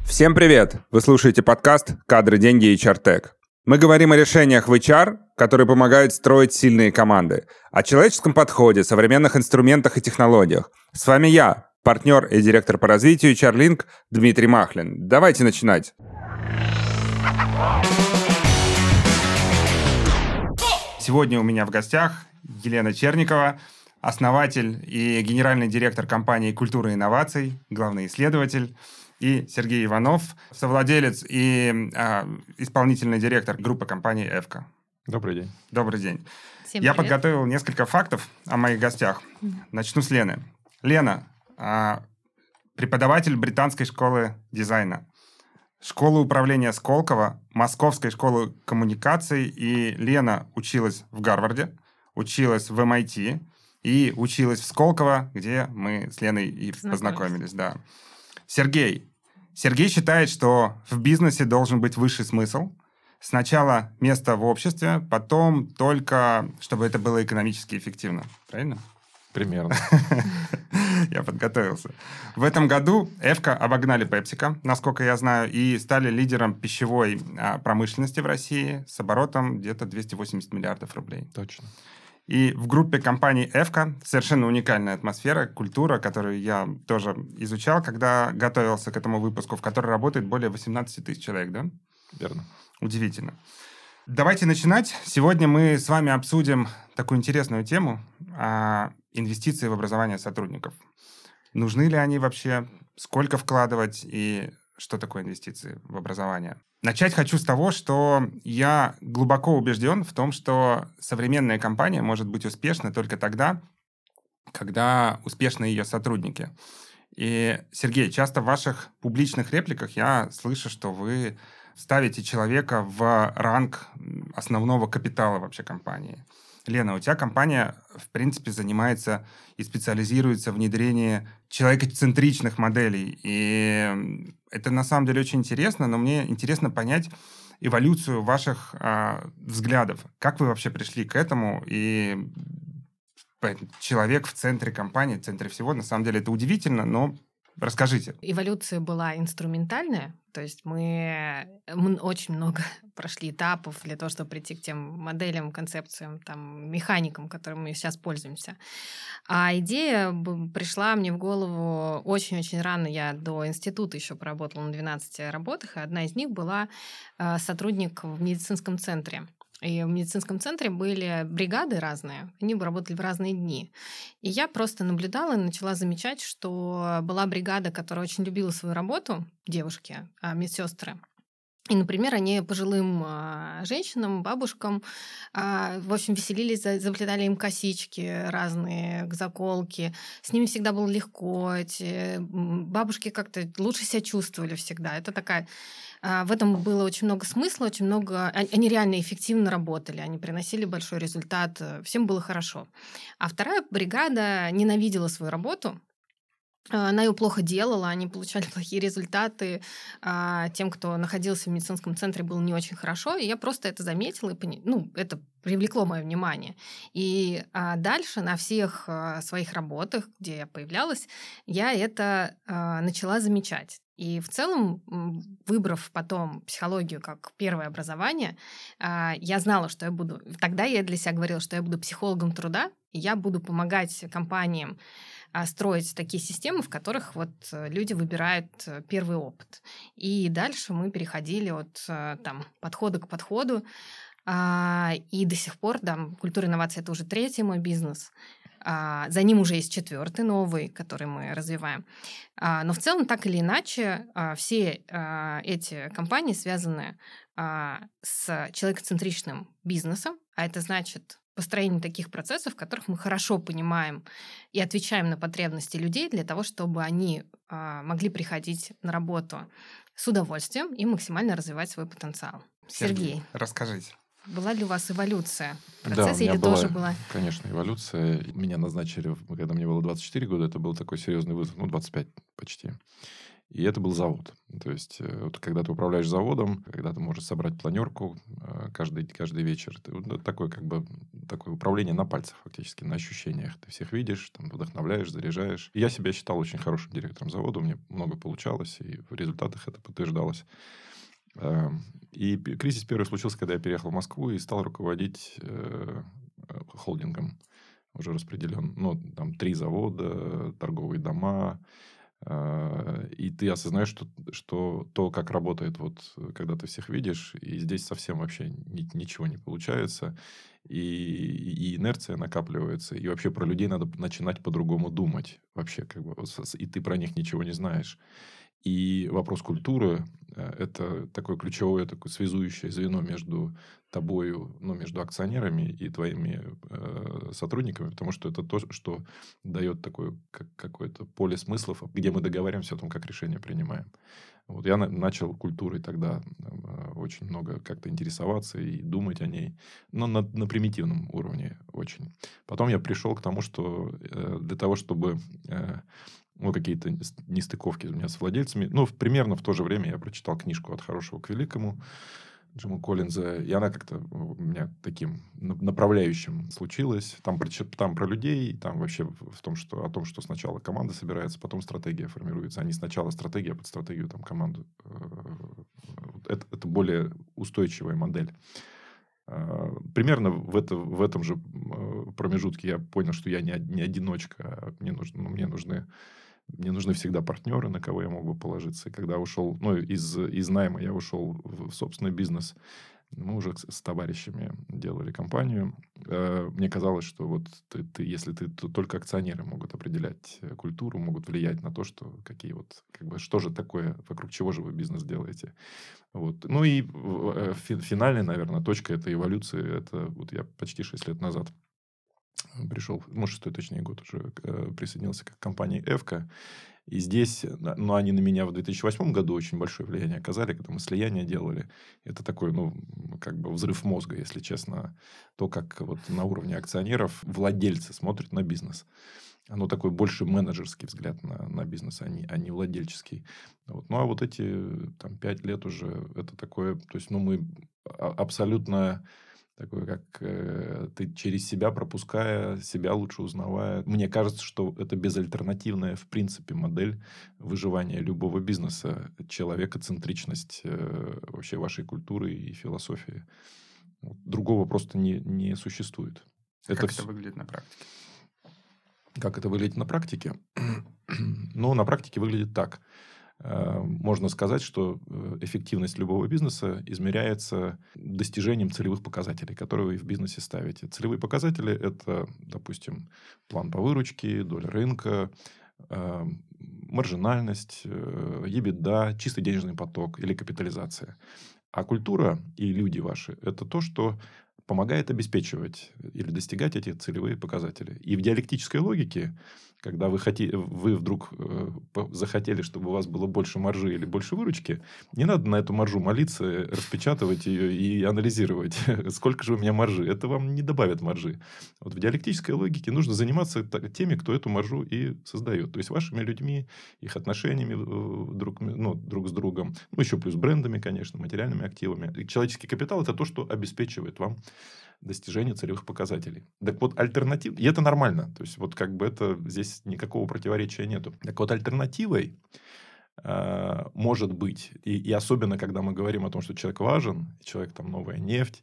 Всем привет! Вы слушаете подкаст «Кадры, деньги и HR-Tech». Мы говорим о решениях в HR, которые помогают строить сильные команды, о человеческом подходе, современных инструментах и технологиях. С вами я, партнер и директор по развитию HR-Link Дмитрий Махлин. Давайте начинать. Сегодня у меня в гостях Елена Черникова, основатель и генеральный директор компании «Культура инноваций», главный исследователь, и Сергей Иванов, совладелец и исполнительный директор группы компании «Эвка». Добрый день. Добрый день. Всем Я привет. подготовил несколько фактов о моих гостях. Начну с Лены. Лена преподаватель британской школы дизайна, школы управления Сколково, Московской школы коммуникаций, и Лена училась в Гарварде, училась в MIT и училась в Сколково, где мы с Леной и познакомились. Да. Сергей считает, что в бизнесе должен быть высший смысл. Сначала место в обществе, потом только, чтобы это было экономически эффективно. Правильно? Примерно. Я подготовился. В этом году Эвка обогнали PepsiCo, насколько я знаю, и стали лидером пищевой промышленности в России с оборотом где-то 280 миллиардов рублей. Точно. И в группе компании «Эвка» совершенно уникальная атмосфера, культура, которую я тоже изучал, когда готовился к этому выпуску, в которой работает более 18 тысяч человек, да? Верно. Удивительно. Давайте начинать. Сегодня мы с вами обсудим такую интересную тему – инвестиции в образование сотрудников. Нужны ли они вообще? Сколько вкладывать? И что такое инвестиции в образование? Начать хочу с того, что я глубоко убежден в том, что современная компания может быть успешна только тогда, когда успешны ее сотрудники. И, Сергей, часто в ваших публичных репликах я слышу, что вы ставите человека в ранг основного капитала вообще компании. Лена, у тебя компания, в принципе, занимается и специализируется в внедрении человекоцентричных моделей. И это, на самом деле, очень интересно, но мне интересно понять эволюцию ваших взглядов. Как вы вообще пришли к этому? И человек в центре компании, в центре всего, на самом деле, это удивительно, но расскажите. Эволюция была инструментальная, то есть мы очень много прошли этапов для того, чтобы прийти к тем моделям, концепциям, там, механикам, которыми мы сейчас пользуемся. А идея пришла мне в голову очень-очень рано. Я до института еще поработала на 12 работах, и одна из них была сотрудник в медицинском центре. И в медицинском центре были бригады разные, они работали в разные дни. И я просто наблюдала и начала замечать, что была бригада, которая очень любила свою работу, девушки, медсестры. И, например, они пожилым женщинам, бабушкам, в общем, веселились, заплетали им косички разные, заколки. С ними всегда было легко. Эти бабушки как-то лучше себя чувствовали всегда. Это такая... В этом было очень много смысла, очень много... Они реально эффективно работали, они приносили большой результат, всем было хорошо. А вторая бригада ненавидела свою работу. Она ее плохо делала, они получали плохие результаты. Тем, кто находился в медицинском центре, было не очень хорошо. И я просто это заметила, и это привлекло мое внимание. И дальше на всех своих работах, где я появлялась, я это начала замечать. И в целом, выбрав потом психологию как первое образование, я знала, что я буду... Тогда я для себя говорила, что я буду психологом труда, и я буду помогать компаниям строить такие системы, в которых вот люди выбирают первый опыт. И дальше мы переходили от подхода к подходу. И до сих пор, культура инноваций — это уже третий мой бизнес. За ним уже есть четвертый новый, который мы развиваем. Но в целом, так или иначе, все эти компании связаны с человекоцентричным бизнесом, а это значит построение таких процессов, в которых мы хорошо понимаем и отвечаем на потребности людей для того, чтобы они могли приходить на работу с удовольствием и максимально развивать свой потенциал. Сергей, расскажите. Была ли у вас эволюция Да, процесса, у меня или была, тоже была? конечно, эволюция. Меня назначили, когда мне было 24 года, это был такой серьезный вызов, 25 почти. И это был завод. То есть, вот, когда ты управляешь заводом, когда ты можешь собрать планерку каждый вечер, такое такое управление на пальцах фактически, на ощущениях. Ты всех видишь, там, вдохновляешь, заряжаешь. И я себя считал очень хорошим директором завода, у меня много получалось, и в результатах это подтверждалось. И кризис первый случился, когда я переехал в Москву и стал руководить холдингом. Уже распределен. Ну, там 3 завода, торговые дома. И ты осознаешь, что то, как работает, вот, когда ты всех видишь, и здесь совсем вообще ничего не получается, и инерция накапливается, и вообще про людей надо начинать по-другому думать. Вообще, и ты про них ничего не знаешь. И вопрос культуры это такое ключевое, такое связующее звено между тобою, ну, между акционерами и твоими сотрудниками, потому что это то, что дает такое какое-то поле смыслов, где мы договариваемся о том, как решения принимаем. Вот я начал культурой тогда очень много как-то интересоваться и думать о ней, но на примитивном уровне очень. Потом я пришел к тому, что для того, чтобы ну, какие-то нестыковки у меня с владельцами. Ну, примерно в то же время я прочитал книжку «От хорошего к великому» Джима Коллинза, и она как-то у меня таким направляющим случилась. Там про людей, там вообще о том, что сначала команда собирается, потом стратегия формируется, а не сначала стратегия, а под стратегию там команду. Это более устойчивая модель. Примерно в этом же промежутке я понял, что я не одиночка, а мне нужны всегда партнеры, на кого я мог бы положиться. И когда ушел, ну, из найма я ушел в собственный бизнес, мы уже с товарищами делали компанию. Мне казалось, что вот если то только акционеры могут определять культуру, могут влиять на то, что что же такое, вокруг чего же вы бизнес делаете. Вот. Ну и финальная, наверное, точка этой эволюции, это вот я почти 6 лет назад пришел, ну, 6-й, точнее, год уже присоединился к компании «Эвка». И здесь, ну, они на меня в 2008 году очень большое влияние оказали, когда мы слияние делали. Это такой, ну, как бы взрыв мозга, если честно. То, как вот на уровне акционеров владельцы смотрят на бизнес. Оно такой больше менеджерский взгляд на бизнес, а не владельческий. Вот. Ну, а вот эти там 5 лет уже, это такое... То есть, ну, мы абсолютно... Такое, как ты через себя, пропуская, себя лучше узнавая. Мне кажется, что это безальтернативная, в принципе, модель выживания любого бизнеса. Человекоцентричность вообще вашей культуры и философии. Вот. Другого просто не существует. Как это выглядит на практике? Как это выглядит на практике? Ну, на практике выглядит так. Можно сказать, что эффективность любого бизнеса измеряется достижением целевых показателей, которые вы в бизнесе ставите. Целевые показатели – это, допустим, план по выручке, доля рынка, маржинальность, EBITDA, чистый денежный поток или капитализация. А культура и люди ваши – это то, что помогает обеспечивать или достигать эти целевые показатели. И в диалектической логике, когда вы вдруг захотели, чтобы у вас было больше маржи или больше выручки, не надо на эту маржу молиться, распечатывать ее и анализировать. Сколько же у меня маржи? Это вам не добавит маржи. Вот в диалектической логике нужно заниматься теми, кто эту маржу и создает. То есть, вашими людьми, их отношениями друг с другом. Ну, еще плюс брендами, конечно, материальными активами. И человеческий капитал – это то, что обеспечивает вам достижение целевых показателей. Так вот, альтернатива... И это нормально. То есть, вот как бы это... Здесь никакого противоречия нету. Так вот, альтернативой может быть, и особенно, когда мы говорим о том, что человек важен, человек там новая нефть,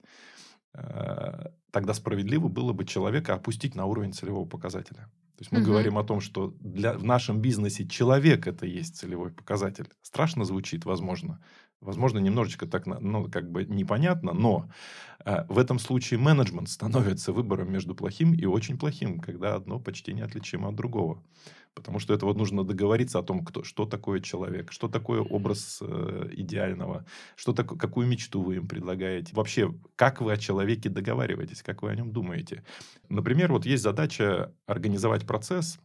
тогда справедливо было бы человека опустить на уровень целевого показателя. То есть, мы говорим о том, что в нашем бизнесе человек – это и есть целевой показатель. Страшно звучит, возможно. Возможно, немножечко так, ну, как бы непонятно, но в этом случае менеджмент становится выбором между плохим и очень плохим, когда одно почти неотличимо от другого. Потому что это вот нужно договориться о том, что такое человек, что такое образ идеального, какую мечту вы им предлагаете. Вообще, как вы о человеке договариваетесь, как вы о нем думаете. Например, вот есть задача организовать процесс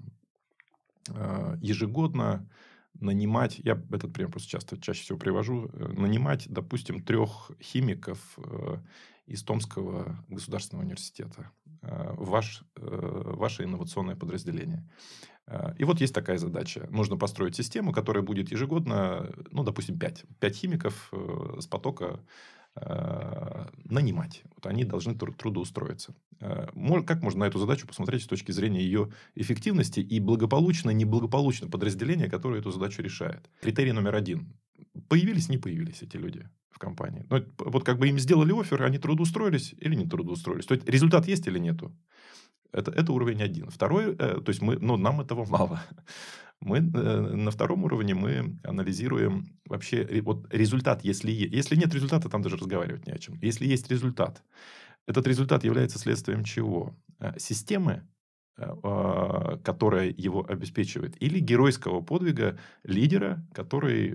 ежегодно, нанимать, я этот пример просто чаще всего привожу, нанимать, допустим, 3 химиков из Томского государственного университета в ваше инновационное подразделение. И вот есть такая задача. Нужно построить систему, которая будет ежегодно, ну, допустим, 5 химиков с потока нанимать. Вот они должны трудоустроиться. Как можно на эту задачу посмотреть с точки зрения ее эффективности и неблагополучно подразделения, которое эту задачу решает? Критерий номер 1. Появились, не появились эти люди в компании. Ну, вот как бы им сделали оффер, они трудоустроились или не трудоустроились. То есть результат есть или нету? Это уровень 1. Второй, то есть нам этого мало. На втором уровне мы анализируем вообще результат, если нет результата, там даже разговаривать не о чем. Если есть результат, этот результат является следствием чего? Системы, которая его обеспечивает, или геройского подвига лидера, который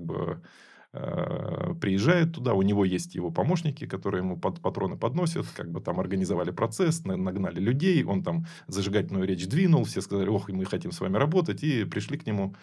приезжает туда, у него есть его помощники, которые ему патроны подносят, там организовали процесс, нагнали людей, он там зажигательную речь двинул, все сказали, ох, мы хотим с вами работать, и пришли к нему.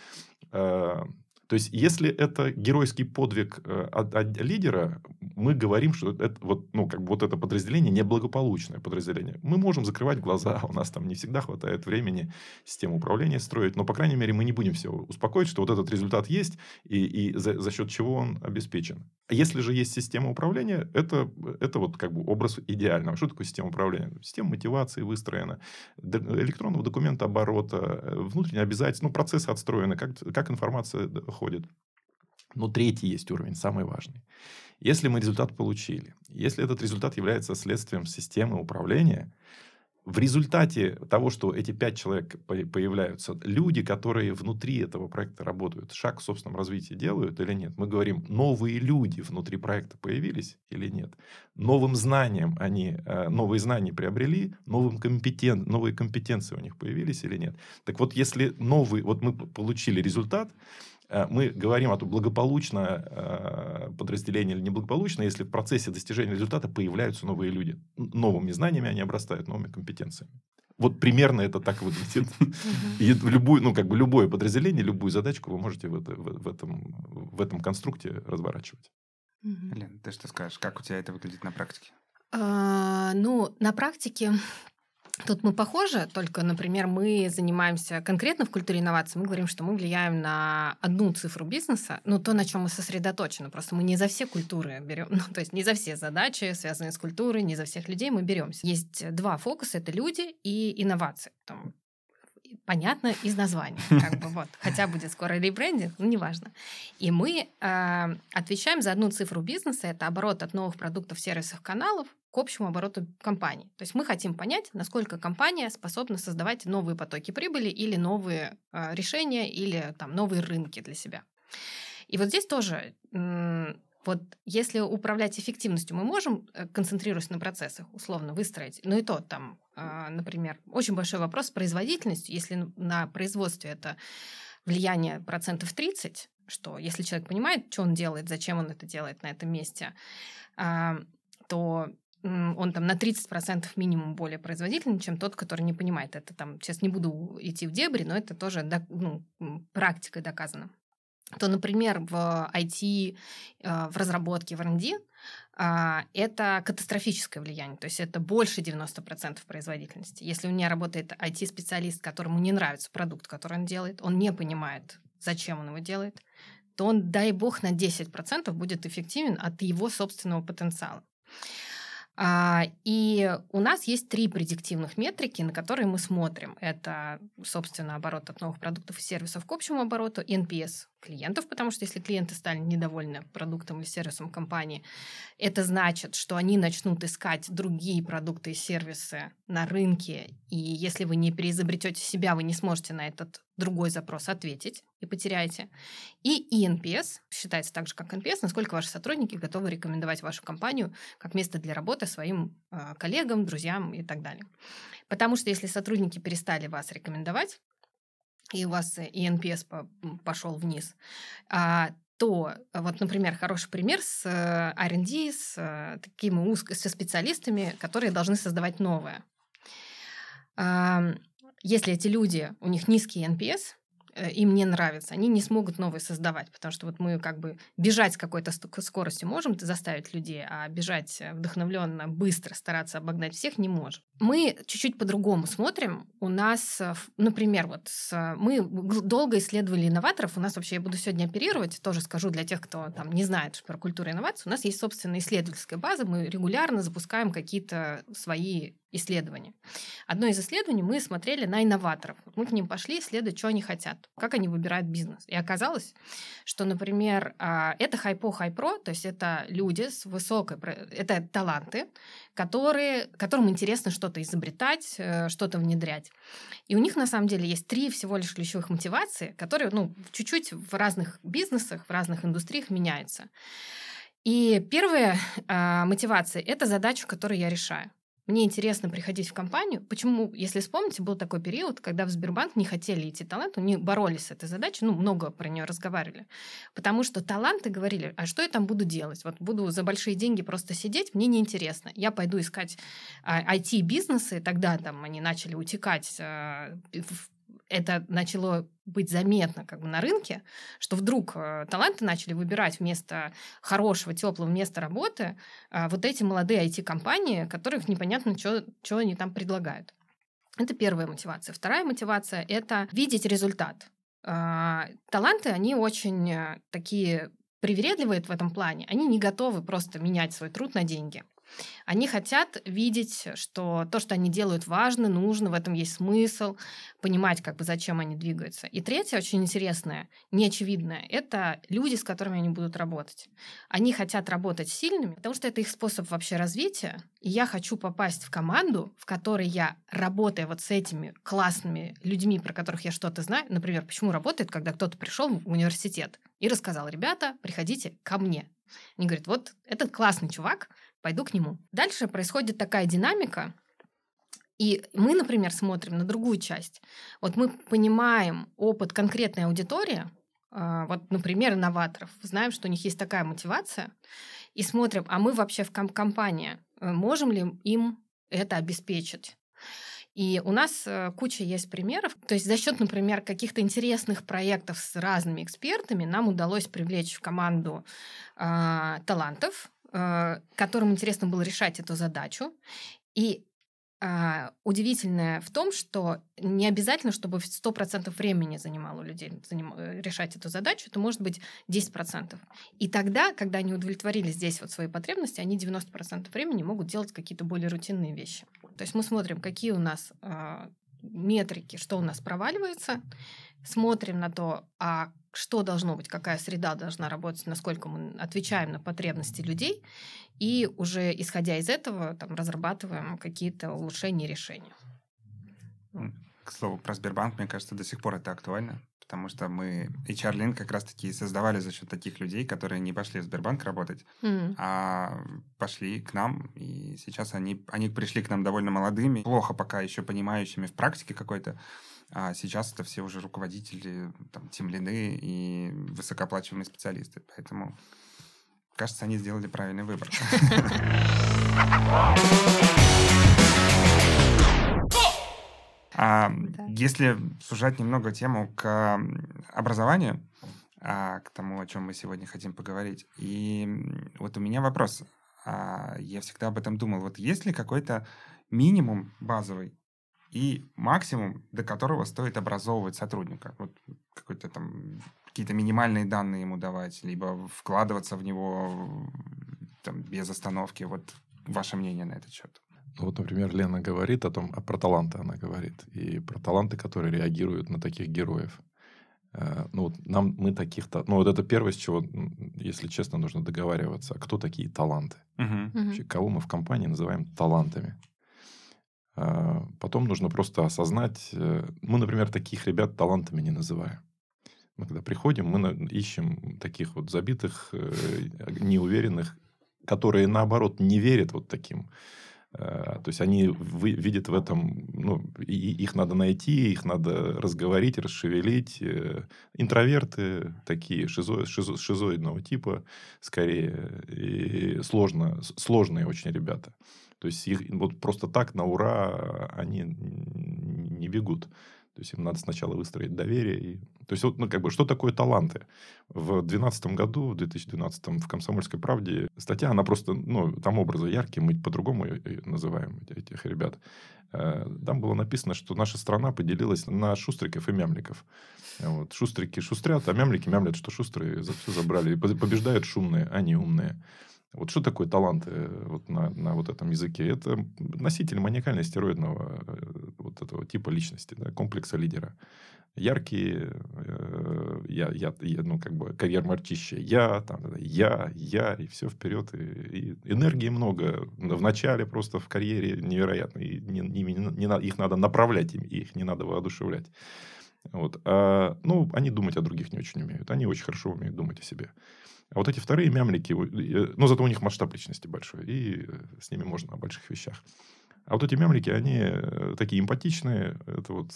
То есть, если это геройский подвиг от лидера, мы говорим, что это это подразделение неблагополучное подразделение. Мы можем закрывать глаза, у нас там не всегда хватает времени систему управления строить, но, по крайней мере, мы не будем все успокоить, что вот этот результат есть, и за счет чего он обеспечен. А если же есть система управления, это образ идеального. Что такое система управления? Система мотивации выстроена, электронного документа оборота, внутренние обязательства, процессы отстроены, как информация ходит. Но третий есть уровень, самый важный. Если мы результат получили, если этот результат является следствием системы управления, в результате того, что эти 5 человек появляются, люди, которые внутри этого проекта работают, шаг в собственном развитии делают или нет? Мы говорим, новые люди внутри проекта появились или нет? Новые знания приобрели, новые компетенции у них появились или нет? Так вот, если мы получили результат, мы говорим о том, благополучное подразделение или неблагополучное, если в процессе достижения результата появляются новые люди. Новыми знаниями они обрастают, новыми компетенциями. Вот примерно это так выглядит. И любое подразделение, любую задачку вы можете в этом конструкте разворачивать. Лен, ты что скажешь? Как у тебя это выглядит на практике? На практике тут мы похожи, только, например, мы занимаемся конкретно в культуре инноваций, мы говорим, что мы влияем на одну цифру бизнеса, то, на чем мы сосредоточены. Просто мы не за все культуры берем, то есть не за все задачи, связанные с культурой, не за всех людей мы беремся. Есть 2 фокуса, это люди и инновации. Понятно из названия. Хотя будет скоро ребрендинг, но неважно. И мы отвечаем за одну цифру бизнеса, это оборот от новых продуктов, сервисов, каналов к общему обороту компании. То есть мы хотим понять, насколько компания способна создавать новые потоки прибыли или новые решения, или новые рынки для себя. И вот здесь тоже... если управлять эффективностью, мы можем, концентрируясь на процессах, условно выстроить, и то например, очень большой вопрос с производительностью. Если на производстве это влияние 30%, что если человек понимает, что он делает, зачем он это делает на этом месте, то он на 30% минимум более производительный, чем тот, который не понимает. Это сейчас не буду идти в дебри, но это тоже практикой доказано. То, например, в IT, в разработке, в R&D это катастрофическое влияние. То есть это больше 90% производительности. Если у меня работает IT-специалист, которому не нравится продукт, который он делает, он не понимает, зачем он его делает, то он, дай бог, на 10% будет эффективен от его собственного потенциала. И у нас есть 3 предиктивных метрики, на которые мы смотрим. Это, собственно, оборот от новых продуктов и сервисов к общему обороту, и NPS клиентов, потому что если клиенты стали недовольны продуктом или сервисом компании, это значит, что они начнут искать другие продукты и сервисы на рынке, и если вы не переизобретете себя, вы не сможете на этот другой запрос ответить и потеряете. И NPS считается так же, как NPS, насколько ваши сотрудники готовы рекомендовать вашу компанию как место для работы своим коллегам, друзьям и так далее. Потому что если сотрудники перестали вас рекомендовать, и у вас и NPS пошел вниз, то, например, хороший пример с R&D, со специалистами, которые должны создавать новое. Если эти люди, у них низкий NPS, им не нравится, они не смогут новые создавать, потому что вот мы как бы бежать с какой-то скоростью можем заставить людей, а бежать вдохновленно, быстро стараться обогнать всех не можем. Мы чуть-чуть по-другому смотрим. У нас, например, мы долго исследовали инноваторов. У нас вообще, я буду сегодня оперировать, тоже скажу для тех, кто там не знает про культуру инноваций. У нас есть собственная исследовательская база, мы регулярно запускаем какие-то свои исследования. Одно из исследований мы смотрели на инноваторов. Мы к ним пошли исследовать, что они хотят, как они выбирают бизнес. И оказалось, что, например, это хайпо-хайпро, то есть это люди с высокой... Это таланты, которым интересно что-то изобретать, что-то внедрять. И у них, на самом деле, есть 3 всего лишь ключевых мотивации, которые чуть-чуть в разных бизнесах, в разных индустриях меняются. И первая мотивация – это задача, которую я решаю. Мне интересно приходить в компанию. Почему, если вспомните, был такой период, когда в Сбербанк не хотели идти таланты, они боролись с этой задачей, много про нее разговаривали. Потому что таланты говорили, а что я там буду делать? Вот буду за большие деньги просто сидеть, мне неинтересно. Я пойду искать IT-бизнесы, тогда там они начали утекать это начало быть заметно как бы на рынке, что вдруг таланты начали выбирать вместо хорошего, теплого места работы вот эти молодые IT-компании, которых непонятно, что они там предлагают. Это первая мотивация. Вторая мотивация – это видеть результат. Таланты, они очень такие привередливые в этом плане. Они не готовы просто менять свой труд на деньги. Они хотят видеть, что то, что они делают, важно, нужно, в этом есть смысл, понимать, как бы, зачем они двигаются. И третье, очень интересное, неочевидное, это люди, с которыми они будут работать. Они хотят работать с сильными, потому что это их способ вообще развития. И я хочу попасть в команду, в которой я, работая вот с этими классными людьми, про которых я что-то знаю, например, почему работает, когда кто-то пришел в университет и рассказал: ребята, приходите ко мне. Они говорят: вот этот классный чувак, пойду к нему. Дальше происходит такая динамика, и мы, например, смотрим на другую часть. Вот мы понимаем опыт конкретной аудитории, вот, например, инноваторов, знаем, что у них есть такая мотивация, и смотрим, а мы вообще в компании, можем ли им это обеспечить? И у нас куча есть примеров. То есть за счет, например, каких-то интересных проектов с разными экспертами нам удалось привлечь в команду талантов, которым интересно было решать эту задачу. И удивительное в том, что не обязательно, чтобы 100% времени занимало у людей решать эту задачу, это может быть 10%. И тогда, когда они удовлетворили здесь вот свои потребности, они 90% времени могут делать какие-то более рутинные вещи. То есть мы смотрим, какие у нас метрики, что у нас проваливается, смотрим на то, что должно быть, какая среда должна работать, насколько мы отвечаем на потребности людей, и уже исходя из этого там, разрабатываем какие-то улучшения и решения. К слову, про Сбербанк, мне кажется, до сих пор это актуально, потому что мы HR-Link как раз-таки создавали за счет таких людей, которые не пошли в Сбербанк работать, а пошли к нам, и сейчас они пришли к нам довольно молодыми, плохо пока еще понимающими в практике какой-то, а сейчас это все уже руководители, там, тимлиды и высокооплачиваемые специалисты. Поэтому, кажется, они сделали правильный выбор. Если сужать немного тему к образованию, к тому, о чем мы сегодня хотим поговорить, и вот у меня вопрос. Я всегда об этом думал. Вот есть ли какой-то минимум базовый и максимум, до которого стоит образовывать сотрудника? Вот какой-то там какие-то минимальные данные ему давать, либо вкладываться в него там, без остановки. Вот ваше мнение на этот счет. Вот, например, Лена говорит про таланты она говорит. И про таланты, которые реагируют на таких героев. Мы таких-то... вот это первое, с чего, если честно, нужно договариваться. Кто такие таланты? Вообще, кого мы в компании называем талантами? Потом нужно просто осознать... Мы, например, таких ребят талантами не называем. Мы когда приходим, мы ищем таких вот забитых, неуверенных, которые, наоборот, не верят вот таким. То есть они видят в этом... их надо найти, их надо разговорить, расшевелить. Интроверты такие, шизоидного типа, скорее. И сложные очень ребята. То есть их вот просто так на ура они не бегут. То есть им надо сначала выстроить доверие. То есть, вот, ну, как бы, что такое таланты? В 2012 году, в 2012 в «Комсомольской правде» статья, она просто, ну, там образы яркие, мы по-другому называем этих ребят. Там было написано, что наша страна поделилась на шустриков и мямликов. Вот. Шустрики шустрят, а мямлики мямлят, что шустрые все забрали. И побеждают шумные, а не умные. Вот что такое таланты вот на вот этом языке? Это носитель маниакально-стероидного вот этого типа личности, да, комплекса лидера. Яркие, ну, как бы, карьер-марчище. Я, и все вперед. И энергии много. В начале просто в карьере невероятно. И их надо направлять, их не надо воодушевлять. Вот. Ну, они думать о других не очень умеют. Они очень хорошо умеют думать о себе. А вот эти вторые мямлики, ну, зато у них масштаб личности большой, и с ними можно о больших вещах. А вот эти мямлики, они такие эмпатичные, это вот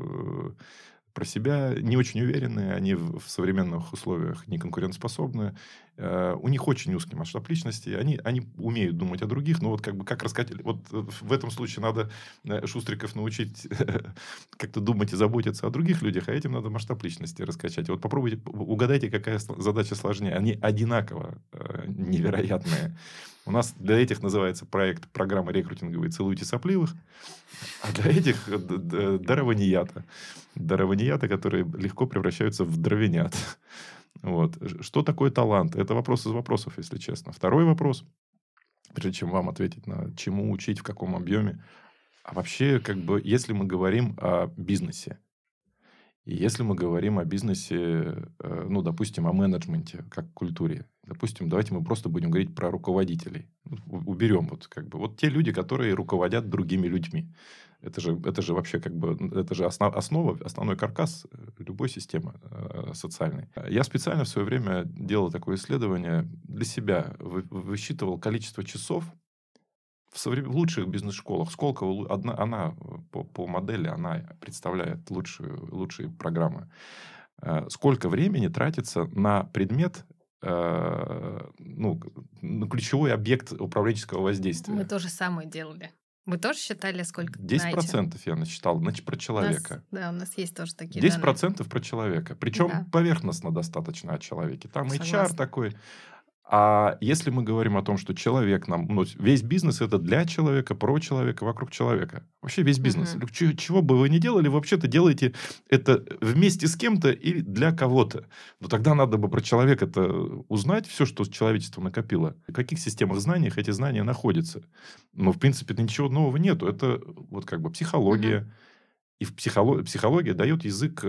про себя, не очень уверенные, они в современных условиях не конкурентоспособны, у них очень узкий масштаб личности, они умеют думать о других, но вот как бы как раскатили, вот в этом случае надо шустриков научить как-то думать и заботиться о других людях, а этим надо масштаб личности раскачать. Вот попробуйте, угадайте, какая задача сложнее. Они одинаково невероятные. У нас для этих называется программа рекрутинговая «Целуйте сопливых», а для этих дарованията. Дарованията, которые легко превращаются в дровенят. Вот. Что такое талант? Это вопрос из вопросов, если честно. Второй вопрос, прежде чем вам ответить на чему учить, в каком объеме. А вообще, как бы, если мы говорим о бизнесе, и если мы говорим о бизнесе, ну, допустим, о менеджменте, как культуре, допустим, давайте мы просто будем говорить про руководителей. Уберем вот как бы вот те люди, которые руководят другими людьми. Это же вообще как бы, это же основа, основной каркас любой системы социальной. Я специально в свое время делал такое исследование для себя, высчитывал количество часов в лучших бизнес-школах. Сколково, она по модели, она представляет лучшие программы. Сколько времени тратится на предмет, ну, на ключевой объект управленческого воздействия? Мы то же самое делали. Вы тоже считали, сколько 10% я насчитал про человека. У нас есть тоже такие 10% данные. про человека. Причем Да. поверхностно достаточно о человеке. Там Согласна. HR такой. А если мы говорим о том, что человек ну, весь бизнес это для человека, про человека, вокруг человека. Вообще весь бизнес. Чего бы вы ни делали, вы вообще-то делаете это вместе с кем-то или для кого-то. Но тогда надо бы про человека это узнать, все, что человечество накопило. В каких системах знаний эти знания находятся. Но, в принципе, ничего нового нету. Это вот как бы психология. И психология дает язык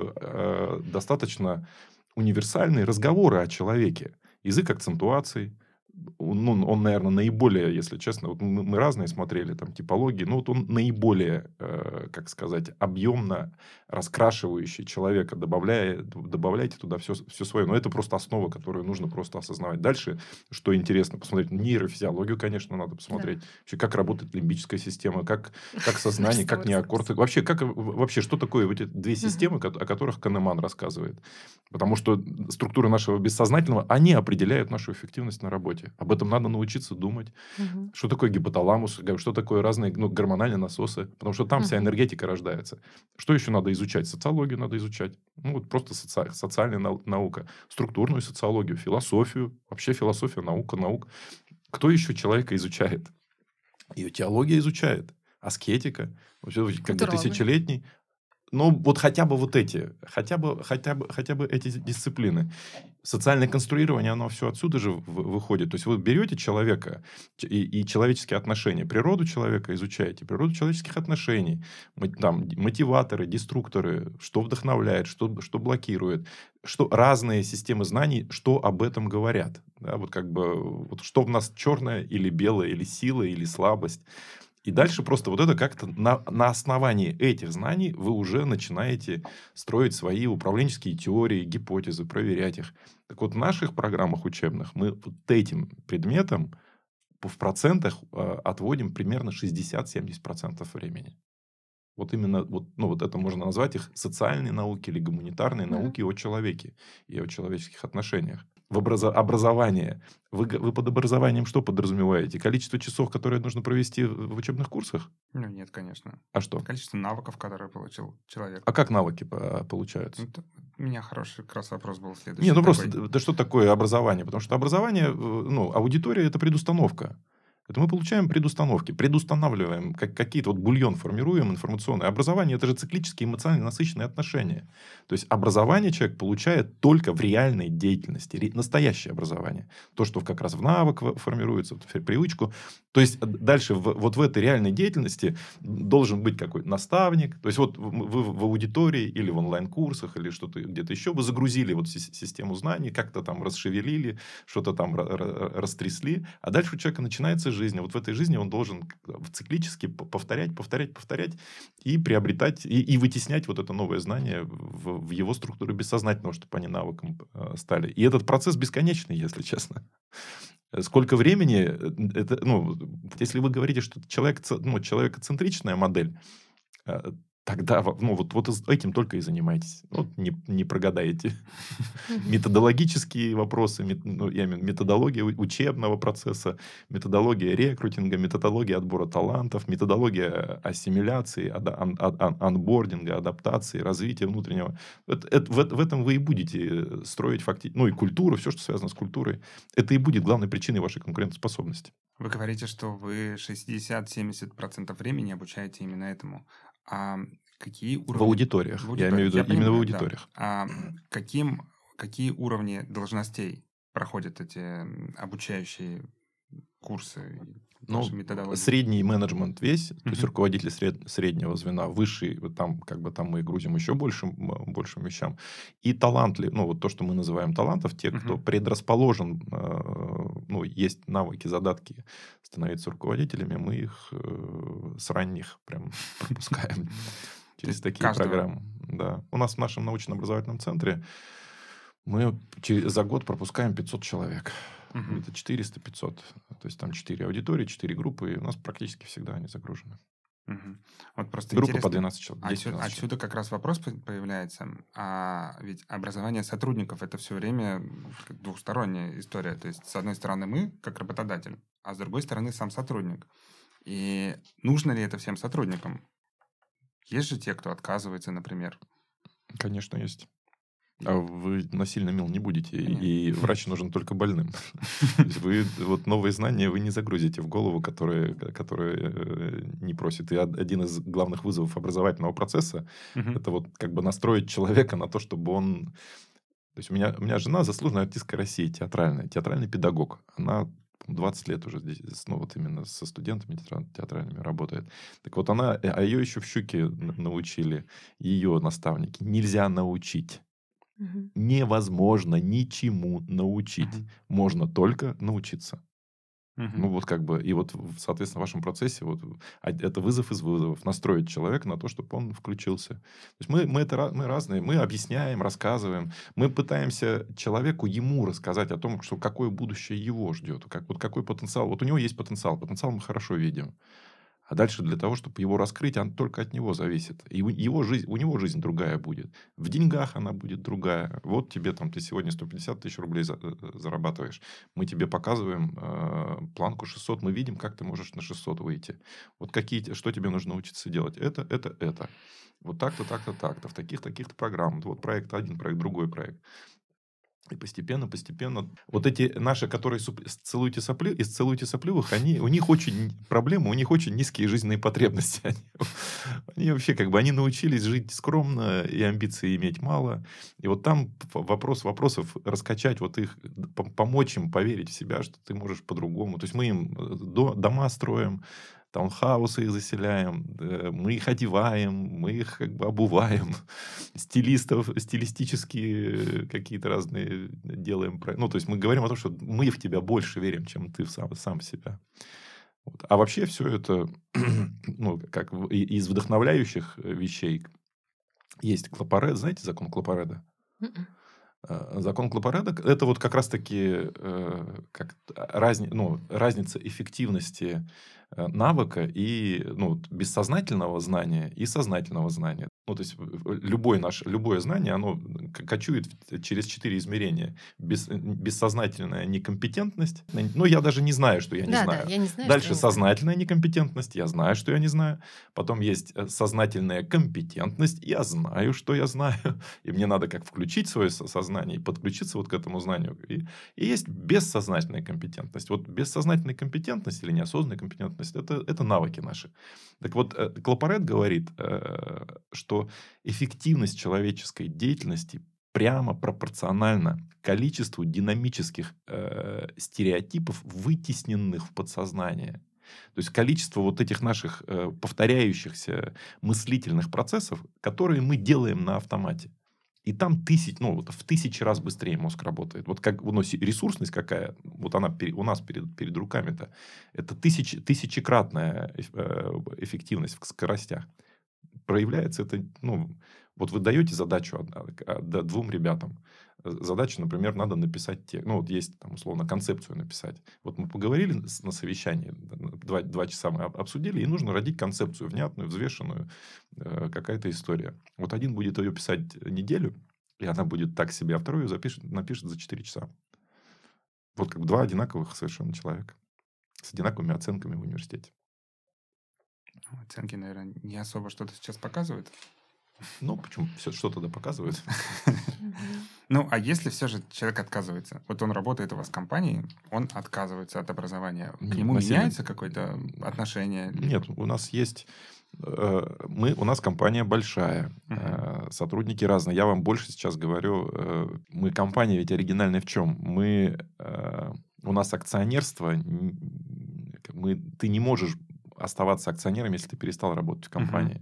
достаточно универсальный разговоры о человеке. Язык акцентуаций. Он, наверное, наиболее, если честно, вот мы разные смотрели там типологии, но вот он наиболее, как сказать, объемно раскрашивающий человека. Добавляйте туда все свое. Но это просто основа, которую нужно просто осознавать. Дальше, что интересно, посмотреть нейрофизиологию, конечно, надо посмотреть. Да. Вообще, как работает лимбическая система, как сознание, как неокортекс. Вообще, что такое эти две системы, о которых Канеман рассказывает. Потому что структуры нашего бессознательного, они определяют нашу эффективность на работе. Об этом надо научиться думать. Что такое гипоталамус, что такое разные гормональные насосы. Потому что там вся энергетика рождается. Что еще надо изучать? Социологию надо изучать. Ну, вот просто социальная наука. Структурную социологию, философию. Вообще философия, наук. Кто еще человека изучает? Ее теология изучает. Аскетика. Как бы тысячелетний. Ну, вот хотя бы вот эти, хотя бы эти дисциплины. Социальное конструирование, оно все отсюда же выходит. То есть, вы берете человека и человеческие отношения, природу человека изучаете, природу человеческих отношений, там, мотиваторы, деструкторы, что вдохновляет, что блокирует, что разные системы знаний, что об этом говорят. Да, вот как бы, вот что в нас черное или белое, или сила, или слабость. И дальше просто вот это как-то на основании этих знаний вы уже начинаете строить свои управленческие теории, гипотезы, проверять их. Так вот, в наших программах учебных мы вот этим предметам в процентах отводим примерно 60-70% времени. Вот именно вот это можно назвать их социальные науки или гуманитарные науки о человеке и о человеческих отношениях. в образование. Вы под образованием что подразумеваете? Количество часов, которые нужно провести в учебных курсах? Ну, нет, конечно. А что? Количество навыков, которые получил человек. А как навыки получаются? У меня хороший как раз вопрос был следующий. Не, ну просто, да что такое образование? Потому что образование, ну, аудитория – это предустановка. Это мы получаем предустановки, предустанавливаем, какие-то вот бульон формируем информационное. Образование – это же циклические эмоционально насыщенные отношения. То есть, образование человек получает только в реальной деятельности. Настоящее образование. То, что как раз в навык формируется, в привычку. То есть, дальше вот в этой реальной деятельности должен быть какой-то наставник. То есть, вот вы в аудитории или в онлайн-курсах, или что-то где-то еще, вы загрузили вот систему знаний, как-то там расшевелили, что-то там растрясли, а дальше у человека начинается жизнь. Вот в этой жизни он должен циклически повторять и приобретать, и вытеснять вот это новое знание в его структуру бессознательного, чтобы они навыком стали. И этот процесс бесконечный, если честно. Сколько времени, это, ну, если вы говорите, что человекоцентричная модель, тогда, ну, вот этим только и занимайтесь. Вот не прогадаете. Методологические вопросы, методология учебного процесса, методология рекрутинга, методология отбора талантов, методология ассимиляции, анбординга, адаптации, развития внутреннего. В этом вы и будете строить фактически, ну, и культуру, все, что связано с культурой. Это и будет главной причиной вашей конкурентоспособности. Вы говорите, что вы 60-70% времени обучаете именно этому. А какие уровни... В аудиториях. Я имею в виду именно в аудиториях. Да. А какие уровни должностей проходят эти обучающие курсы? Ну, средний менеджмент весь, то есть руководители среднего звена, высший, там мы грузим еще большим вещам. И талантливые, ну, вот то, что мы называем талантов, те, кто предрасположен, ну, есть навыки, задатки становиться руководителями, мы их с ранних прям пропускаем через такие программы. Да. У нас в нашем научно-образовательном центре мы за год пропускаем 500 человек. Это 400-500. То есть, там 4 аудитории, 4 группы, и у нас практически всегда они загружены. Вот просто группа по 12 человек. Отсюда как раз вопрос появляется. Ведь образование сотрудников – это все время двухсторонняя история. То есть, с одной стороны, мы, как работодатель, а с другой стороны, сам сотрудник. И нужно ли это всем сотрудникам? Есть же те, кто отказывается, например. Конечно, есть. А вы насильно мил не будете, и врач нужен только больным. Вы вот новые знания вы не загрузите в голову, которые не просит. И один из главных вызовов образовательного процесса это вот как бы настроить человека на то, чтобы он... То есть у меня жена заслуженная артистка России, театральный педагог. Она 20 лет уже здесь, ну, вот именно со студентами театральными работает. Так вот она, а ее еще в Щуке научили, ее наставники. Нельзя научить. Невозможно ничему научить. Можно только научиться. Ну, вот как бы, и вот, соответственно, в вашем процессе вот, это вызов из вызовов. Настроить человека на то, чтобы он включился. То есть мы разные, мы объясняем, рассказываем. Мы пытаемся человеку, ему рассказать о том, что какое будущее его ждет. Вот какой потенциал. Вот у него есть потенциал. Потенциал мы хорошо видим. А дальше для того, чтобы его раскрыть, только от него зависит. И у него жизнь другая будет. В деньгах она будет другая. Вот тебе там, ты сегодня 150 тысяч рублей зарабатываешь. Мы тебе показываем планку 600. Мы видим, как ты можешь на 600 выйти. Вот что тебе нужно учиться делать. Это. Вот так-то, так-то, так-то. В таких-то программах. Вот проект один, проект другой проект. И постепенно. Вот эти наши, которые из «Целуйте сопливых», у них очень проблемы, у них очень низкие жизненные потребности. Они вообще они научились жить скромно и амбиций иметь мало. И вот там вопросов раскачать вот их, помочь им поверить в себя, что ты можешь по-другому. То есть мы им дома строим, таунхаусы их заселяем, мы их одеваем, мы их обуваем, стилистические какие-то разные делаем. Ну, то есть мы говорим о том, что мы в тебя больше верим, чем ты сам в себя. Вот. А вообще все это, ну, как из вдохновляющих вещей есть Клапарет. Знаете закон Клапареда? Закон Клапареда – это вот как раз-таки разница эффективности навыка и бессознательного знания и сознательного знания. То есть любое знание, оно кочует через 4 измерения. Бессознательная некомпетентность. Я даже не знаю, что я не знаю. Да, я не знаю, Дальше сознательная некомпетентность. Я знаю, что я не знаю. Потом есть сознательная компетентность. Я знаю, что я знаю. И мне надо как включить свое сознание и подключиться вот к этому знанию. И есть бессознательная компетентность. Вот бессознательная компетентность или неосознанная компетентность – это навыки наши. Так вот, Клапарет говорит, что эффективность человеческой деятельности прямо пропорциональна количеству динамических стереотипов, вытесненных в подсознание. То есть количество вот этих наших повторяющихся мыслительных процессов, которые мы делаем на автомате. И там в 1000 раз быстрее мозг работает. Вот как ресурсность какая, вот она у нас перед руками-то, это тысячекратная эффективность в скоростях. Проявляется это, вот вы даете задачу 2 ребятам. Задачу, например, надо написать текст. Есть там, условно, концепцию написать. Вот мы поговорили на совещании, 2 часа мы обсудили, и нужно родить концепцию внятную, взвешенную, какая-то история. Вот один будет ее писать неделю, и она будет так себе, а второй ее напишет за 4 часа. Вот как 2 одинаковых совершенно человека с одинаковыми оценками в университете. Оценки, наверное, не особо что-то сейчас показывают. Почему? Все что-то доказывают. А если все же человек отказывается? Вот он работает у вас в компании, он отказывается от образования. К нему меняется какое-то отношение? Нет, у нас есть... У нас компания большая, сотрудники разные. Я вам больше сейчас говорю, мы компания ведь оригинальная в чем? У нас акционерство, ты не можешь оставаться акционером, если ты перестал работать в компании.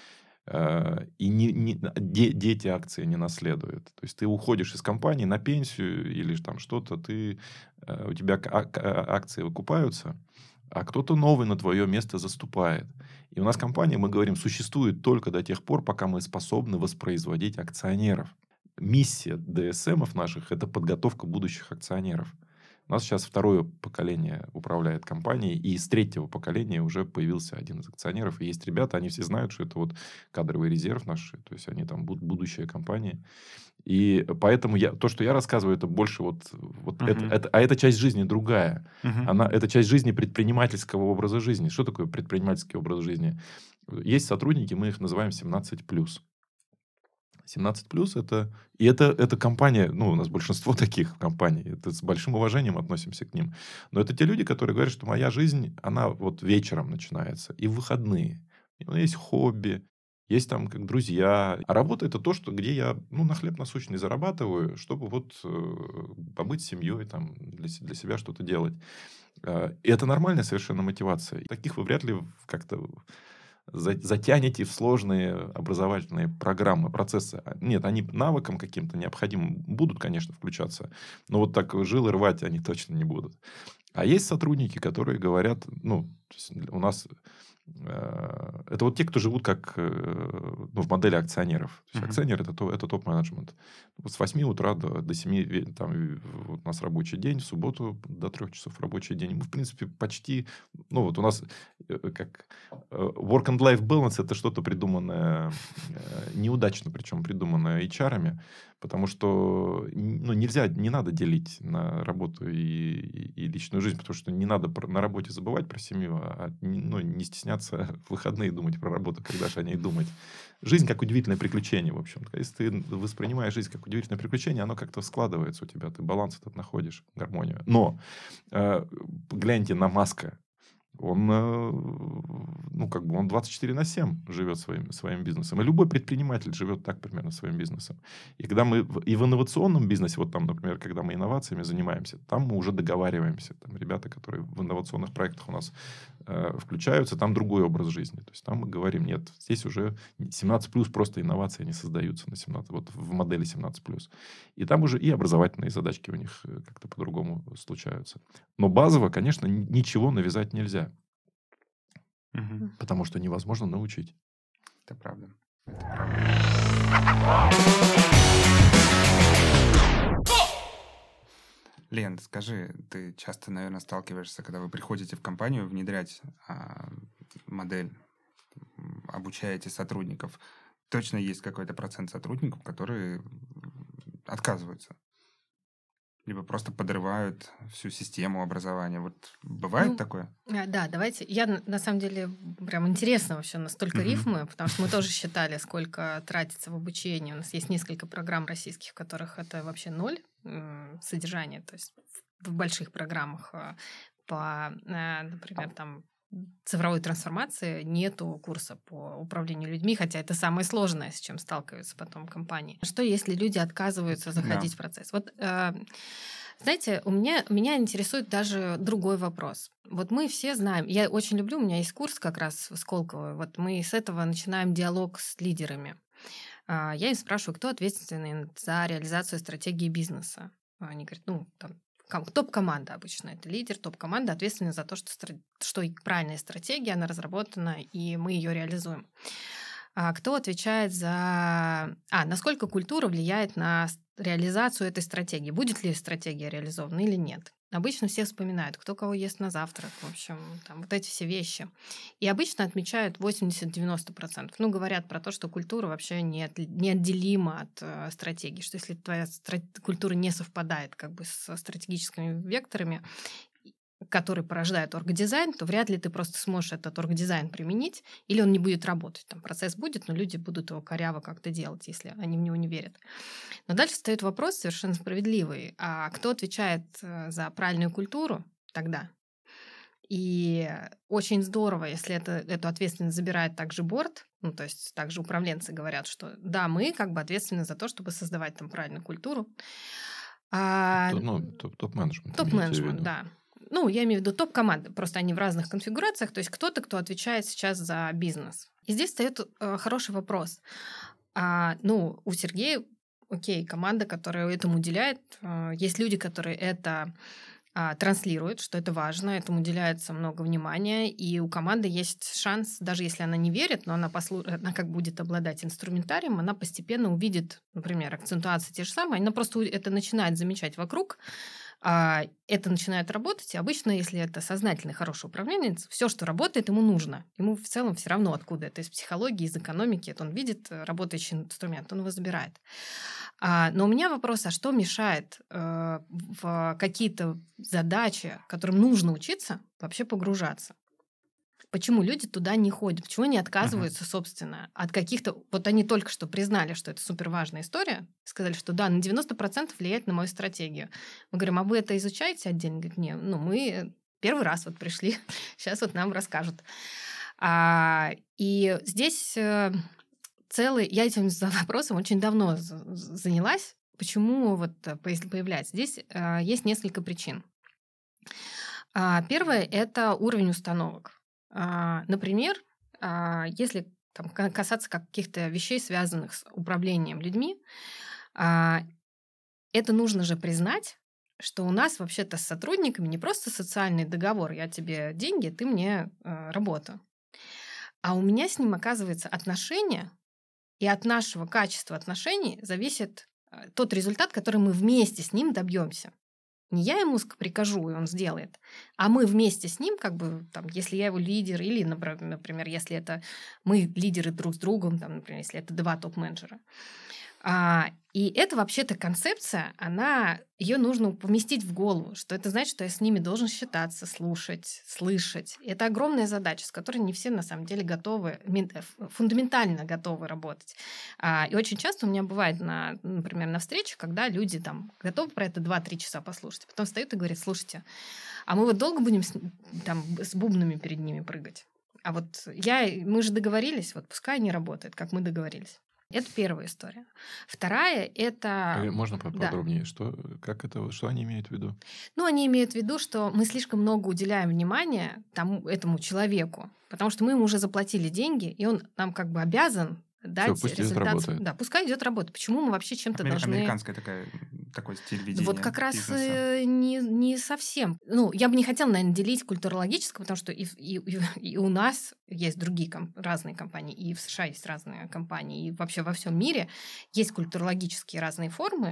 И дети акции не наследуют. То есть ты уходишь из компании на пенсию или там что-то, у тебя акции выкупаются, а кто-то новый на твое место заступает. И у нас компания, мы говорим, существует только до тех пор, пока мы способны воспроизводить акционеров. Миссия ДСМов наших – это подготовка будущих акционеров. У нас сейчас 2-е поколение управляет компанией, и из 3-го поколения уже появился один из акционеров. И есть ребята, они все знают, что это вот кадровый резерв наш, то есть они там будущая компания. И поэтому то, что я рассказываю, это больше это часть жизни другая. Это часть жизни предпринимательского образа жизни. Что такое предпринимательский образ жизни? Есть сотрудники, мы их называем 17+. 17+, это компания, у нас большинство таких компаний, это с большим уважением относимся к ним. Но это те люди, которые говорят, что моя жизнь, она вот вечером начинается, и в выходные. У меня есть хобби, есть там как друзья. А работа – это то, где я на хлеб насущный зарабатываю, чтобы побыть с семьей, там, для себя что-то делать. И это нормальная совершенно мотивация. Таких вы вряд ли как-то затянете в сложные образовательные программы, процессы. Нет, они навыкам каким-то необходимым будут, конечно, включаться, но вот так жилы рвать они точно не будут. А есть сотрудники, которые говорят, у нас... Это вот те, кто живут как в модели акционеров. То есть акционер это топ-менеджмент. С 8 утра до 7 там, у нас рабочий день, в субботу до 3 часов рабочий день. Мы, в принципе, почти... у нас как work and life balance это что-то придуманное, неудачно причем придуманное HR-ами, потому что не надо делить на работу и личную жизнь, потому что не надо на работе забывать про семью, а не стесняться в выходные думать про работу, когда же о ней думать. Жизнь как удивительное приключение, в общем. Если ты воспринимаешь жизнь как удивительное приключение, оно как-то складывается у тебя, ты баланс этот находишь, гармонию. Но гляньте на Маска. Он 24/7 живет своим бизнесом. И любой предприниматель живет так примерно своим бизнесом. И когда мы и в инновационном бизнесе, вот там, например, когда мы инновациями занимаемся, там мы уже договариваемся. Там ребята, которые в инновационных проектах у нас включаются, там другой образ жизни. То есть там мы говорим, нет, здесь уже 17+, просто инновации не создаются на 17, вот в модели 17+. И там уже и образовательные задачки у них как-то по-другому случаются. Но базово, конечно, ничего навязать нельзя. Потому что невозможно научить. Это правда. Лен, скажи, ты часто, наверное, сталкиваешься, когда вы приходите в компанию внедрять модель, обучаете сотрудников. Точно есть какой-то процент сотрудников, которые отказываются. Либо просто подрывают всю систему образования. Вот бывает такое? Да, давайте. На самом деле, прям интересно вообще настолько рифмы, потому что мы тоже считали, сколько тратится в обучение. У нас есть несколько программ российских, в которых это вообще ноль содержания. То есть в больших программах по, например, там цифровой трансформации нету курса по управлению людьми, хотя это самое сложное, с чем сталкиваются потом компании. Что если люди отказываются заходить в процесс? Вот, знаете, меня интересует даже другой вопрос. Вот мы все знаем, я очень люблю, у меня есть курс как раз в Сколково, вот мы с этого начинаем диалог с лидерами. Я им спрашиваю, кто ответственный за реализацию стратегии бизнеса. Они говорят, топ-команда обычно. Это лидер, топ-команда ответственна за то, что правильная стратегия, она разработана, и мы ее реализуем. Кто отвечает за... насколько культура влияет на реализацию этой стратегии? Будет ли стратегия реализована или нет? Обычно все вспоминают, кто кого ест на завтрак, в общем, там, вот эти все вещи. И обычно отмечают 80-90%. Говорят про то, что культура вообще неотделима от стратегии, что если твоя культура не совпадает как бы со стратегическими векторами, который порождает оргдизайн, то вряд ли ты просто сможешь этот оргдизайн применить, или он не будет работать. Там процесс будет, но люди будут его коряво как-то делать, если они в него не верят. Но дальше встает вопрос совершенно справедливый. А кто отвечает за правильную культуру тогда? И очень здорово, если эту ответственность забирает также борд, то есть также управленцы говорят, что да, мы как бы ответственны за то, чтобы создавать там правильную культуру. Топ-менеджмент. Топ-менеджмент, да. Я имею в виду топ-команды, просто они в разных конфигурациях, то есть кто-то, кто отвечает сейчас за бизнес. И здесь встает хороший вопрос. У Сергея, команда, которая этому уделяет, есть люди, которые это транслируют, что это важно, этому уделяется много внимания, и у команды есть шанс, даже если она не верит, но она как будет обладать инструментарием, она постепенно увидит, например, акцентуации те же самые, она просто это начинает замечать вокруг, это начинает работать, и обычно, если это сознательный, хороший управленец, все, что работает, ему нужно. Ему в целом все равно откуда это, из психологии, из экономики, это он видит работающий инструмент, он его забирает. Но у меня вопрос, что мешает в какие-то задачи, которым нужно учиться, вообще погружаться? Почему люди туда не ходят? Почему они отказываются, собственно, от каких-то... Вот они только что признали, что это суперважная история, сказали, что да, на 90% влияет на мою стратегию. Мы говорим, а вы это изучаете отдельно? Говорит, нет, мы первый раз вот пришли, сейчас вот нам расскажут. И здесь я этим вопросом очень давно занялась. Почему вот появляется? Здесь есть несколько причин. Первое – это уровень установок. Например, если касаться каких-то вещей, связанных с управлением людьми, это нужно же признать, что у нас вообще-то с сотрудниками не просто социальный договор, я тебе деньги, ты мне работу. А у меня с ним, оказывается, отношения, и от нашего качества отношений зависит тот результат, который мы вместе с ним добьемся. Не я ему прикажу, и он сделает, а мы вместе с ним, если я его лидер, или, например, если это мы лидеры друг с другом, например, если это 2 топ-менеджера. И это вообще-то концепция, ее нужно поместить в голову, что это значит, что я с ними должен считаться, слушать, слышать. И это огромная задача, с которой не все на самом деле готовы, фундаментально готовы работать. И очень часто у меня бывает, например, на встречах, когда люди готовы про это 2-3 часа послушать, потом встают и говорят, слушайте, а мы вот долго будем с бубнами перед ними прыгать? А вот мы же договорились, вот пускай они работают, как мы договорились. Это первая история. Вторая – это... Можно поподробнее? Да. Что они имеют в виду? Они имеют в виду, что мы слишком много уделяем внимания этому человеку, потому что мы ему уже заплатили деньги, и он нам обязан дать пусть результат. Да, пускай идет работа. Почему мы вообще чем-то должны... Американская такой стиль ведения Вот как раз бизнеса. не совсем. Я бы не хотела, наверное, делить культурологически, потому что и у нас есть другие разные компании, и в США есть разные компании, и вообще во всем мире есть культурологические разные формы.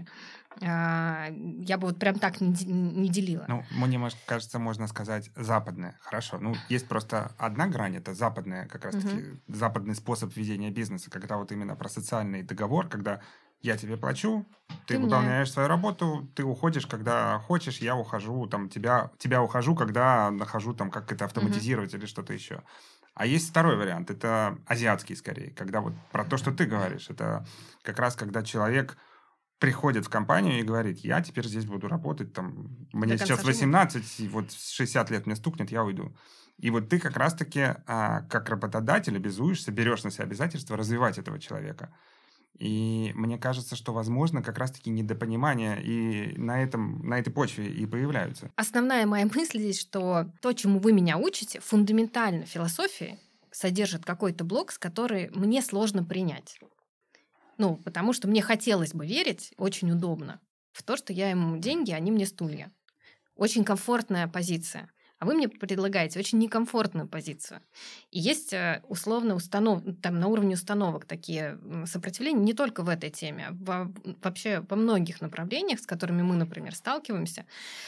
Я бы вот прям так не делила. Ну, мне, кажется, можно сказать западное. Хорошо. Ну, есть просто одна грань, это западная, как раз-таки западный способ ведения бизнеса, когда вот именно про социальный договор, когда я тебе плачу, ты выполняешь свою работу, ты уходишь, когда хочешь, я ухожу, там, тебя ухожу, когда нахожу, там, как это автоматизировать или что-то еще. А есть второй вариант, это азиатский скорее, когда вот про то, что ты говоришь, это как раз когда человек приходит в компанию и говорит, я теперь здесь буду работать, там, мне сейчас 18, и вот 60 лет мне стукнет, я уйду. И вот ты как раз-таки, как работодатель, обязуешься, берешь на себя обязательство развивать этого человека. И мне кажется, что, возможно, как раз-таки недопонимание и на этой почве и появляются. Основная моя мысль здесь, что то, чему вы меня учите, фундаментально философии, содержит какой-то блок, с который мне сложно принять. Ну, потому что мне хотелось бы верить, очень удобно, в то, что я ему деньги, они мне стулья. Очень комфортная позиция. А вы мне предлагаете очень некомфортную позицию. И есть условно там на уровне установок такие сопротивления не только в этой теме, вообще во многих направлениях, с которыми мы, например, сталкиваемся.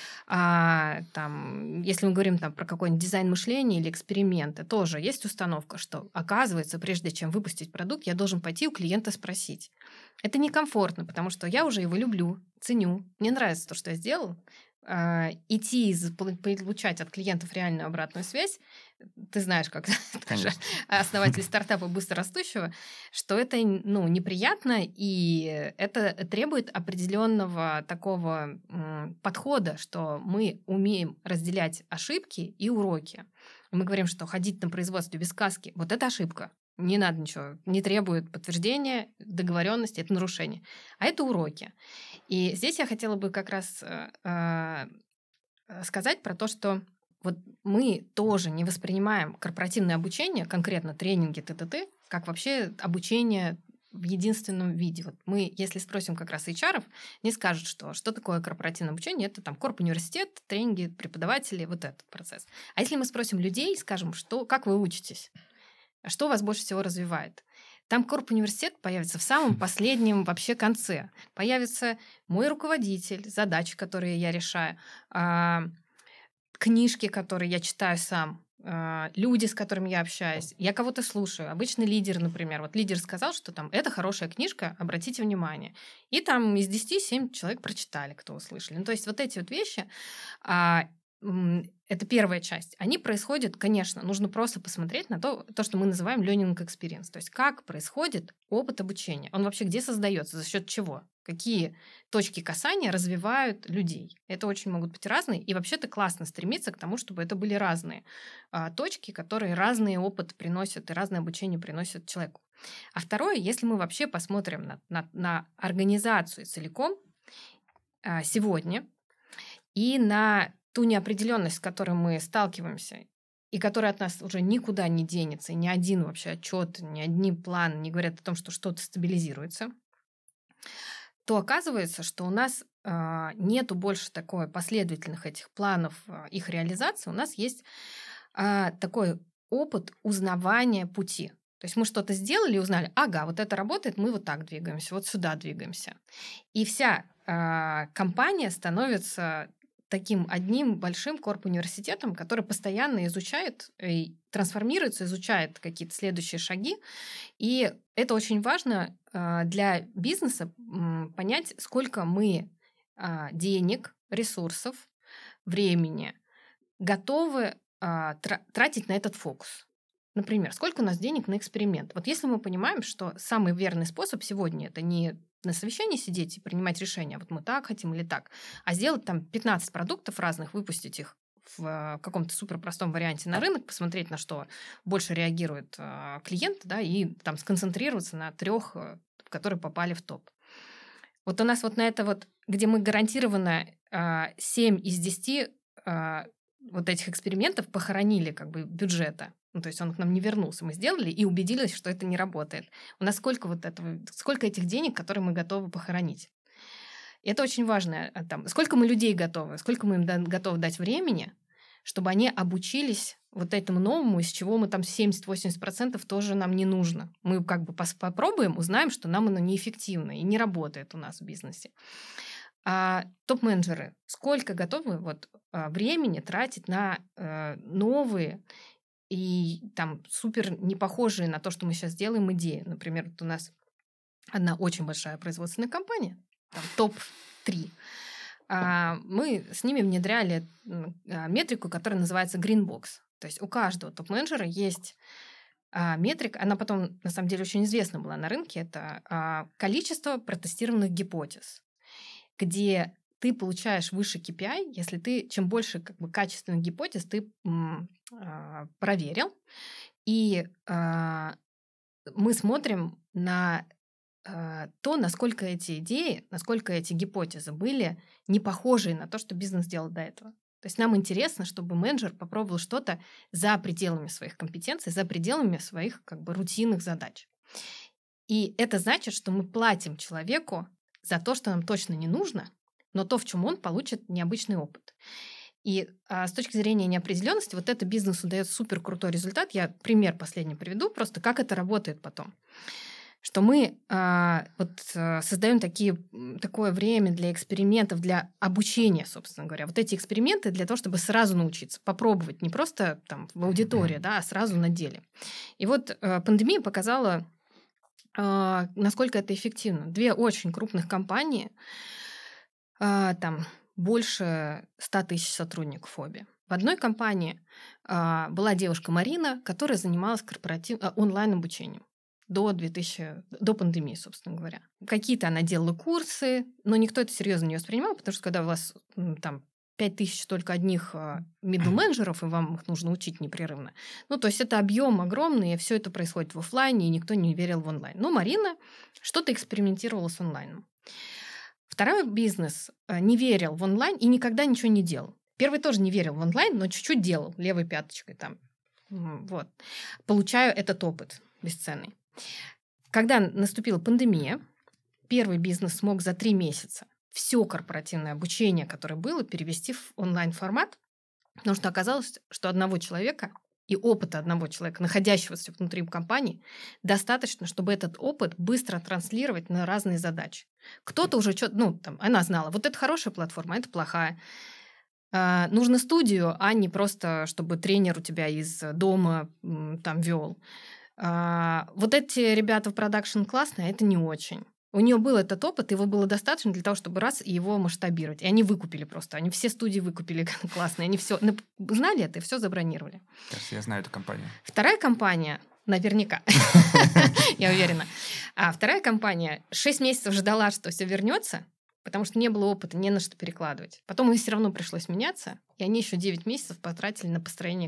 Там, если мы говорим там, про какой-нибудь дизайн мышления или эксперименты, тоже есть установка, что, оказывается, прежде чем выпустить продукт, я должен пойти у клиента спросить. Это некомфортно, потому что я уже его люблю, ценю, мне нравится то, что я сделал. Идти получать от клиентов реальную обратную связь, ты знаешь, как основатель стартапа быстрорастущего, что это неприятно, и это требует определенного такого подхода, что мы умеем разделять ошибки и уроки. Мы говорим, что ходить на производстве без каски — вот это ошибка. Не надо ничего, не требует подтверждения, договоренности, это нарушение. А это уроки. И здесь я хотела бы как раз сказать про то, что вот мы тоже не воспринимаем корпоративное обучение, конкретно тренинги ТТТ, как вообще обучение в единственном виде. Вот мы, если спросим как раз HR-ов, не скажут, что такое корпоративное обучение, это там корп-университет, тренинги, преподаватели, вот этот процесс. А если мы спросим людей, скажем, как вы учитесь, что вас больше всего развивает? Там корп-университет появится в самом последнем вообще конце. Появится мой руководитель, задачи, которые я решаю, книжки, которые я читаю сам, люди, с которыми я общаюсь. Я кого-то слушаю. Обычный лидер, например. Вот лидер сказал, что там это хорошая книжка, обратите внимание. И там из 10 7 человек прочитали, кто услышали. Ну, то есть вот эти вот вещи... Это первая часть. Они происходят, конечно, нужно просто посмотреть на то, что мы называем learning experience. То есть как происходит опыт обучения. Он вообще где создается, за счет чего? Какие точки касания развивают людей. Это очень могут быть разные. И вообще-то классно стремиться к тому, чтобы это были разные точки, которые разный опыт приносят и разное обучение приносят человеку. А второе, если мы вообще посмотрим на организацию целиком сегодня и на ту неопределенность, с которой мы сталкиваемся, и которая от нас уже никуда не денется, и ни один вообще отчет, ни один план не говорят о том, что что-то стабилизируется, то оказывается, что у нас нету больше такой последовательных этих планов, их реализации. У нас есть такой опыт узнавания пути. То есть мы что-то сделали и узнали, ага, вот это работает, мы вот так двигаемся, вот сюда двигаемся. И вся компания становится таким одним большим корп-университетом, который постоянно изучает и трансформируется, изучает какие-то следующие шаги. И это очень важно для бизнеса понять, сколько мы денег, ресурсов, времени готовы тратить на этот фокус. Например, сколько у нас денег на эксперимент? Вот если мы понимаем, что самый верный способ сегодня — это не на совещании сидеть и принимать решения, вот мы так хотим или так, а сделать там 15 продуктов разных, выпустить их в каком-то суперпростом варианте на рынок, посмотреть, на что больше реагирует клиент, да, и там сконцентрироваться на 3, которые попали в топ. Вот у нас вот на это вот, где мы гарантированно 7 из 10 вот этих экспериментов похоронили как бы бюджета. Ну, то есть он к нам не вернулся. Мы сделали и убедились, что это не работает. У нас сколько этих денег, которые мы готовы похоронить? И это очень важно. Сколько мы людей готовы, сколько мы им готовы дать времени, чтобы они обучились вот этому новому, из чего мы там 70-80% тоже нам не нужно. Мы как бы попробуем, узнаем, что нам оно неэффективно и не работает у нас в бизнесе. топ-менеджеры сколько готовы времени тратить на новые и там супер не похожие на то, что мы сейчас делаем, идеи. Например, у нас одна очень большая производственная компания, там топ-3. Мы с ними внедряли метрику, которая называется Green Box. То есть у каждого топ-менеджера есть метрика, она потом, на самом деле, очень известна была на рынке, это количество протестированных гипотез, где ты получаешь выше KPI, если ты, чем больше качественных гипотез ты проверил. И мы смотрим на то, насколько эти идеи, насколько эти гипотезы были не похожие на то, что бизнес делал до этого. То есть нам интересно, чтобы менеджер попробовал что-то за пределами своих компетенций, за пределами своих рутинных задач. И это значит, что мы платим человеку за то, что нам точно не нужно, но то, в чем он получит необычный опыт. И с точки зрения неопределенности, это бизнесу дает супер крутой результат. Я пример последний приведу, просто как это работает потом. Что мы создаем такое время для экспериментов, для обучения, собственно говоря. Эти эксперименты для того, чтобы сразу научиться, попробовать, не просто там в аудитории, а сразу на деле. И пандемия показала, насколько это эффективно. 2 очень крупных компании, там больше 100 тысяч сотрудников обе. В одной компании была девушка Марина, которая занималась онлайн-обучением до пандемии, собственно говоря. Какие-то она делала курсы, но никто это серьезно не воспринимал, потому что когда у вас там 5000 только одних middle-менеджеров, и вам их нужно учить непрерывно. То есть это объем огромный, и все это происходит в офлайне, и никто не верил в онлайн. Но Марина что-то экспериментировала с онлайном. Второй бизнес не верил в онлайн и никогда ничего не делал. Первый тоже не верил в онлайн, но чуть-чуть делал, левой пяточкой там. Получаю этот опыт бесценный. Когда наступила пандемия, первый бизнес смог за 3 месяца все корпоративное обучение, которое было, перевести в онлайн-формат, потому что оказалось, что одного человека и опыта одного человека, находящегося внутри компании, достаточно, чтобы этот опыт быстро транслировать на разные задачи. Кто-то уже она знала, это хорошая платформа, а это плохая. Нужно студию, а не просто, чтобы тренер у тебя из дома там вел. Эти ребята в продакшн классные, а это не очень. У нее был этот опыт, его было достаточно для того, чтобы его масштабировать. И они выкупили просто. Они все студии выкупили классные. Они все знали это и все забронировали. Кажется, я знаю эту компанию. Вторая компания, наверняка, я уверена. Вторая компания 6 месяцев ждала, что все вернется, потому что не было опыта, не на что перекладывать. Потом им все равно пришлось меняться, и они еще 9 месяцев потратили на построение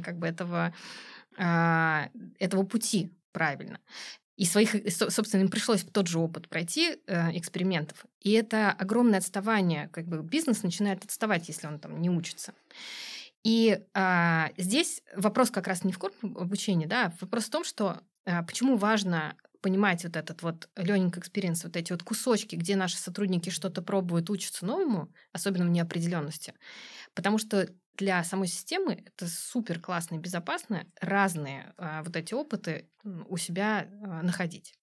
этого пути правильно. И собственно, им пришлось тот же опыт пройти экспериментов. И это огромное отставание. Бизнес начинает отставать, если он там не учится. И здесь вопрос как раз не в обучении, вопрос в том, что почему важно понимать этот learning experience, эти кусочки, где наши сотрудники что-то пробуют, учатся новому, особенно в неопределенности. Потому что для самой системы это супер классно и безопасно разные эти опыты у себя находить.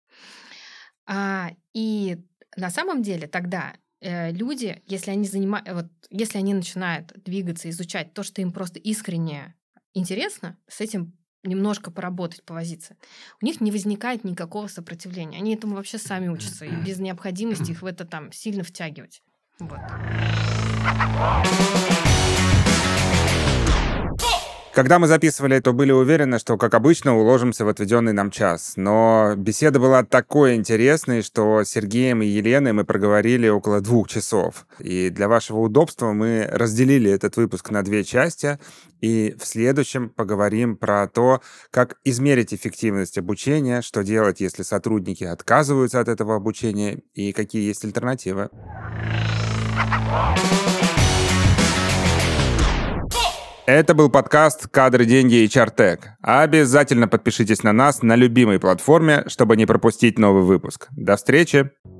И на самом деле тогда люди, если они начинают двигаться, изучать то, что им просто искренне интересно, с этим немножко поработать, повозиться, у них не возникает никакого сопротивления. Они этому вообще сами учатся, и без необходимости их в это там сильно втягивать. Когда мы записывали, то были уверены, что, как обычно, уложимся в отведенный нам час. Но беседа была такой интересной, что с Сергеем и Еленой мы проговорили около 2 часов. И для вашего удобства мы разделили этот выпуск на 2 части. И в следующем поговорим про то, как измерить эффективность обучения, что делать, если сотрудники отказываются от этого обучения, и какие есть альтернативы. Это был подкаст «Кадры, деньги и HR-Tech». Обязательно подпишитесь на нас на любимой платформе, чтобы не пропустить новый выпуск. До встречи!